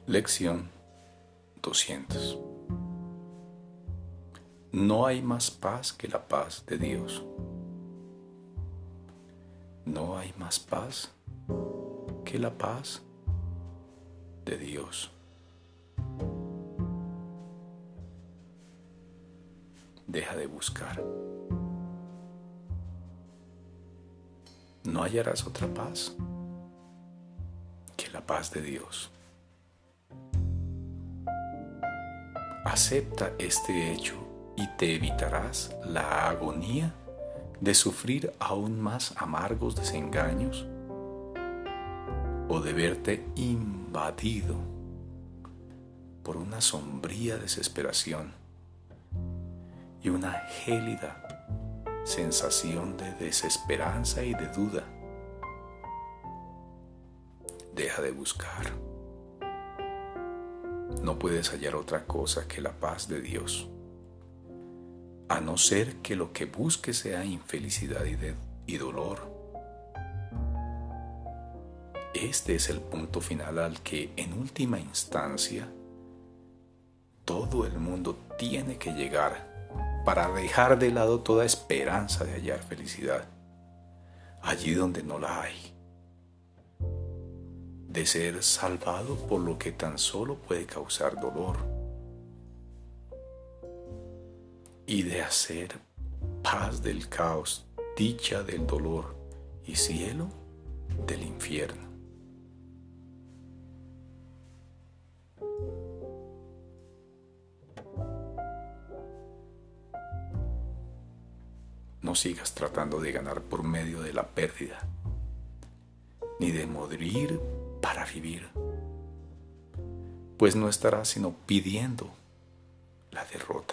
Lección 200. No hay más paz que la paz de Dios. No hay más paz que la paz de Dios. Deja de buscar. No hallarás otra paz que la paz de Dios. Acepta este hecho y te evitarás la agonía de sufrir aún más amargos desengaños o de verte invadido por una sombría desesperación y una gélida sensación de desesperanza y de duda. Deja de buscar. No puedes hallar otra cosa que la paz de Dios, a no ser que lo que busques sea infelicidad y dolor. Este es el punto final al que, en última instancia, todo el mundo tiene que llegar para dejar de lado toda esperanza de hallar felicidad, allí donde no la hay, de ser salvado por lo que tan solo puede causar dolor y de hacer paz del caos, dicha del dolor y cielo del infierno. No sigas tratando de ganar por medio de la pérdida, ni de morir para vivir, pues no estarás sino pidiendo la derrota.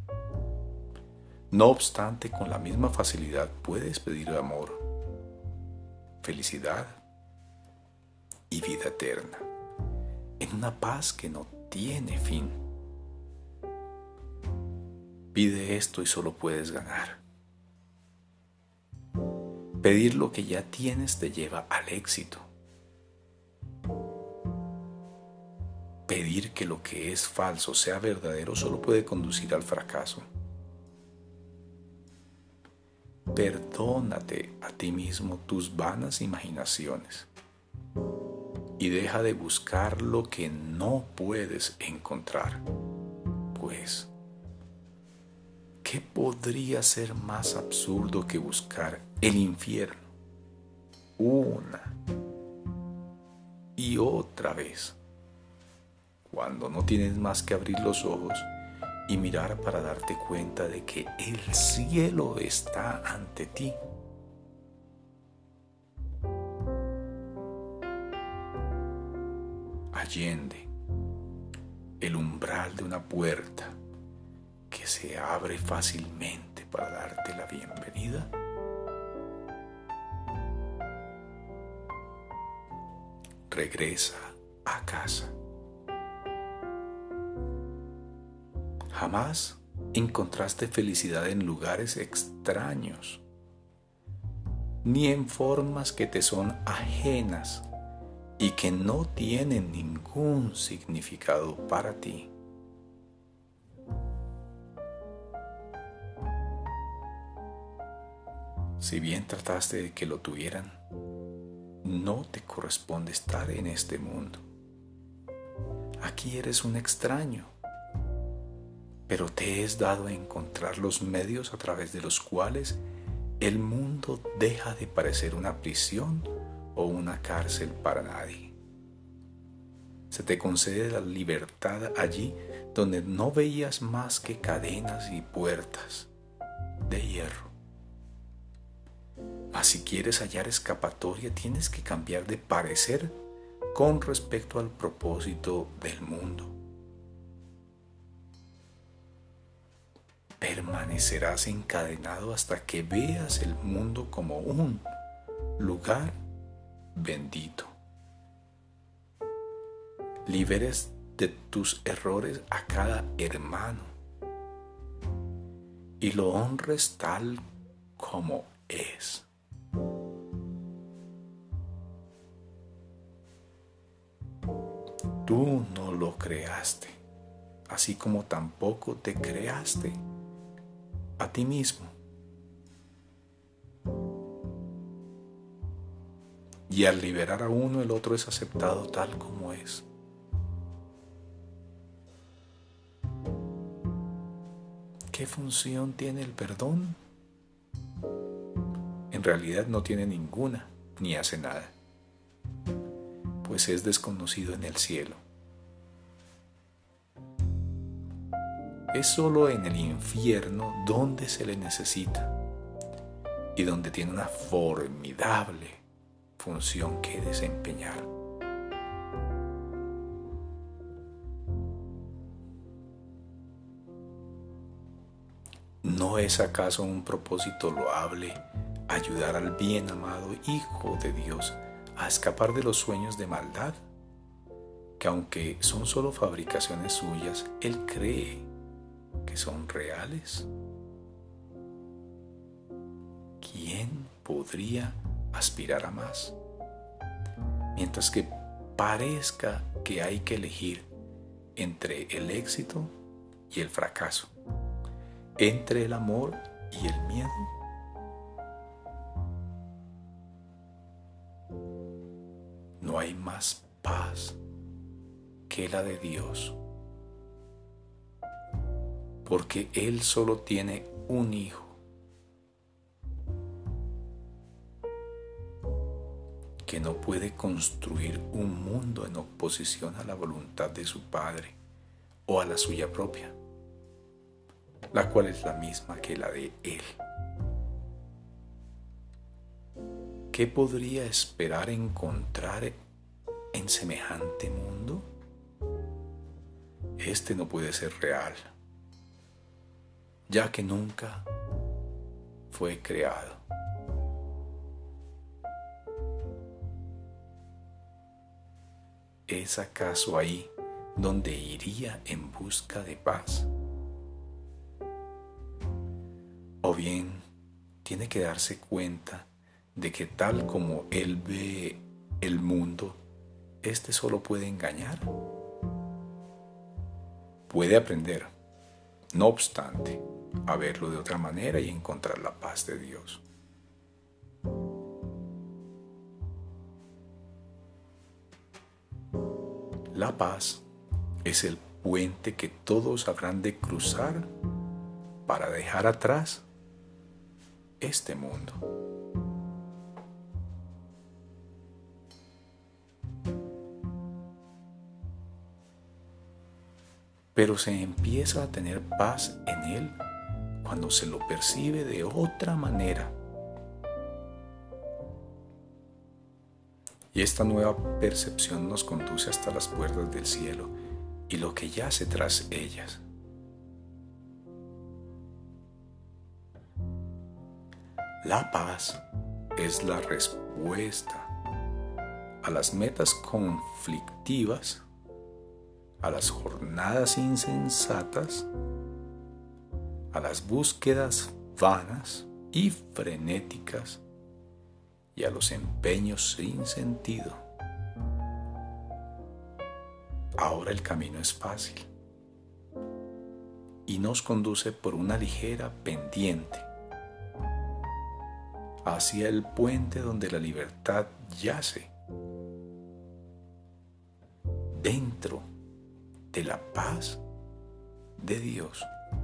No obstante, con la misma facilidad puedes pedir amor, felicidad y vida eterna, en una paz que no tiene fin. Pide esto y solo puedes ganar. Pedir lo que ya tienes te lleva al éxito. Pedir que lo que es falso sea verdadero solo puede conducir al fracaso. Perdónate a ti mismo tus vanas imaginaciones y deja de buscar lo que no puedes encontrar, pues, ¿qué podría ser más absurdo que buscar el infierno una y otra vez, cuando no tienes más que abrir los ojos y mirar para darte cuenta de que el cielo está ante ti? Allende el umbral de una puerta que se abre fácilmente para darte la bienvenida, regresa a casa. Jamás encontraste felicidad en lugares extraños, ni en formas que te son ajenas y que no tienen ningún significado para ti. Si bien trataste de que lo tuvieran, no te corresponde estar en este mundo. Aquí eres un extraño, pero te es dado a encontrar los medios a través de los cuales el mundo deja de parecer una prisión o una cárcel para nadie. Se te concede la libertad allí donde no veías más que cadenas y puertas de hierro. Mas si quieres hallar escapatoria, tienes que cambiar de parecer con respecto al propósito del mundo. Permanecerás encadenado hasta que veas el mundo como un lugar bendito. Liberes de tus errores a cada hermano y lo honres tal como es. Tú no lo creaste, así como tampoco te creaste a ti mismo. Y al liberar a uno, el otro es aceptado tal como es. ¿Qué función tiene el perdón? En realidad no tiene ninguna, ni hace nada, pues es desconocido en el cielo. Es solo en el infierno donde se le necesita y donde tiene una formidable función que desempeñar. ¿No es acaso un propósito loable ayudar al bien amado Hijo de Dios a escapar de los sueños de maldad, que aunque son solo fabricaciones suyas, Él cree que son reales? ¿Quién podría aspirar a más? Mientras que parezca que hay que elegir entre el éxito y el fracaso, entre el amor y el miedo. No hay más paz que la de Dios, porque Él solo tiene un hijo, que no puede construir un mundo en oposición a la voluntad de su Padre o a la suya propia, la cual es la misma que la de Él. ¿Qué podría esperar encontrar en semejante mundo? Este no puede ser real, ya que nunca fue creado. ¿Es acaso ahí donde iría en busca de paz? O bien tiene que darse cuenta de que tal como Él ve el mundo, este solo puede engañar. Puede aprender, no obstante, a verlo de otra manera y encontrar la paz de Dios. La paz es el puente que todos habrán de cruzar para dejar atrás este mundo. Pero se empieza a tener paz en él cuando se lo percibe de otra manera. Y esta nueva percepción nos conduce hasta las puertas del cielo y lo que yace tras ellas. La paz es la respuesta a las metas conflictivas, a las jornadas insensatas, a las búsquedas vanas y frenéticas y a los empeños sin sentido. Ahora el camino es fácil y nos conduce por una ligera pendiente hacia el puente donde la libertad yace, dentro de la paz de Dios.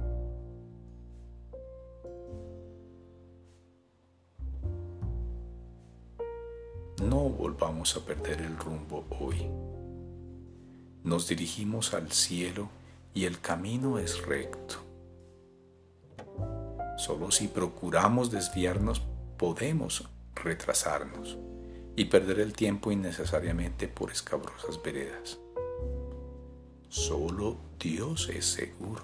No volvamos a perder el rumbo hoy. Nos dirigimos al cielo y el camino es recto. Solo si procuramos desviarnos podemos retrasarnos y perder el tiempo innecesariamente por escabrosas veredas. Solo Dios es seguro.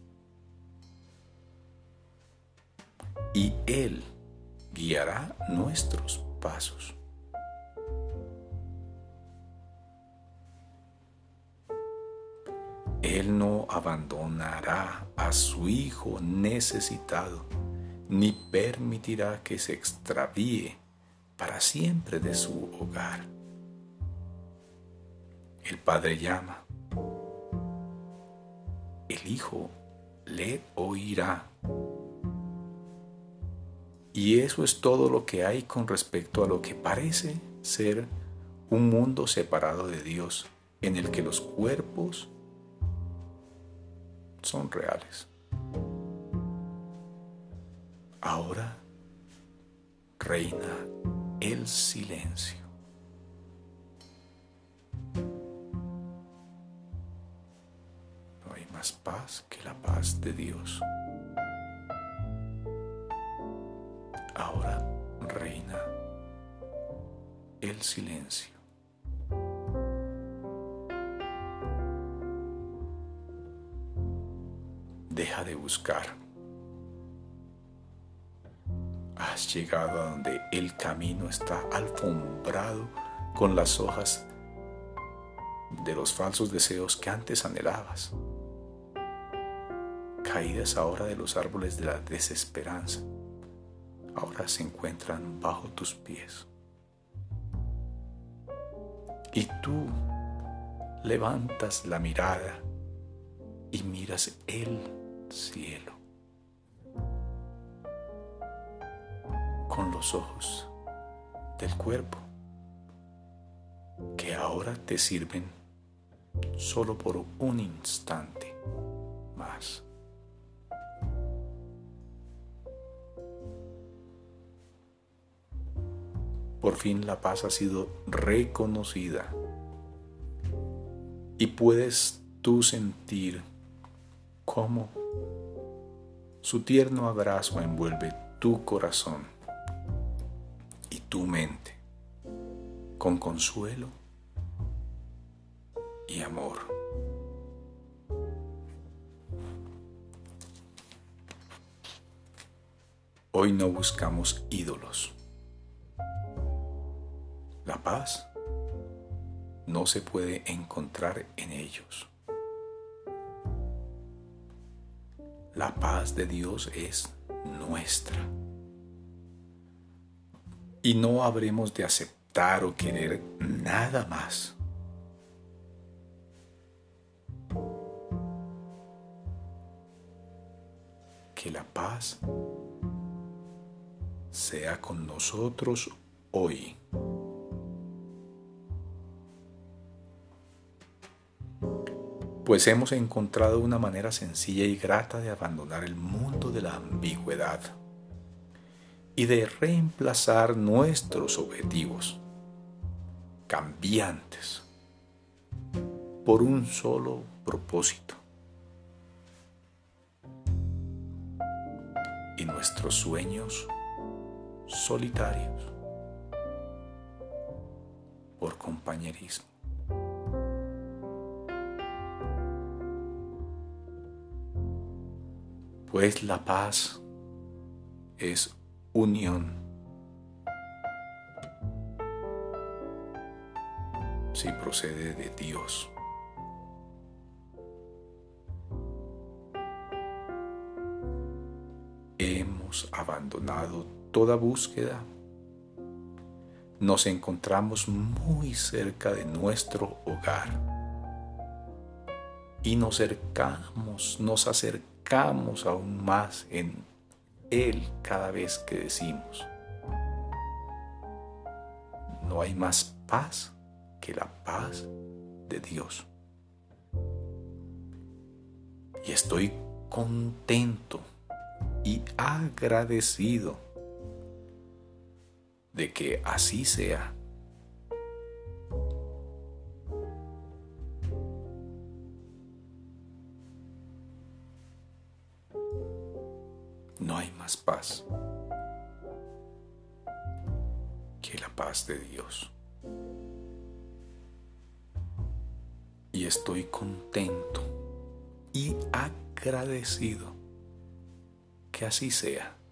Y Él guiará nuestros pasos. Él no abandonará a su Hijo necesitado, ni permitirá que se extravíe para siempre de su hogar. El Padre llama, el Hijo le oirá. Y eso es todo lo que hay con respecto a lo que parece ser un mundo separado de Dios, en el que los cuerpos son reales. Ahora reina el silencio. No hay más paz que la paz de Dios. Ahora reina el silencio. Deja de buscar. Has llegado a donde el camino está alfombrado con las hojas de los falsos deseos que antes anhelabas, caídas ahora de los árboles de la desesperanza. Ahora se encuentran bajo tus pies. Y tú levantas la mirada y miras el cielo con los ojos del cuerpo, que ahora te sirven solo por un instante más. Por fin la paz ha sido reconocida y puedes tú sentir cómo su tierno abrazo envuelve tu corazón y tu mente con consuelo y amor. Hoy no buscamos ídolos. La paz no se puede encontrar en ellos. La paz de Dios es nuestra. Y no habremos de aceptar o querer nada más. Que la paz sea con nosotros hoy. Pues hemos encontrado una manera sencilla y grata de abandonar el mundo de la ambigüedad y de reemplazar nuestros objetivos cambiantes por un solo propósito, y nuestros sueños solitarios por compañerismo. Pues la paz es unión. Si procede de Dios. Hemos abandonado toda búsqueda. Nos encontramos muy cerca de nuestro hogar y nos acercamos aún más en Él cada vez que decimos: no hay más paz que la paz de Dios. Y estoy contento y agradecido de que así sea. No hay más paz que la paz de Dios. Y estoy contento y agradecido que así sea.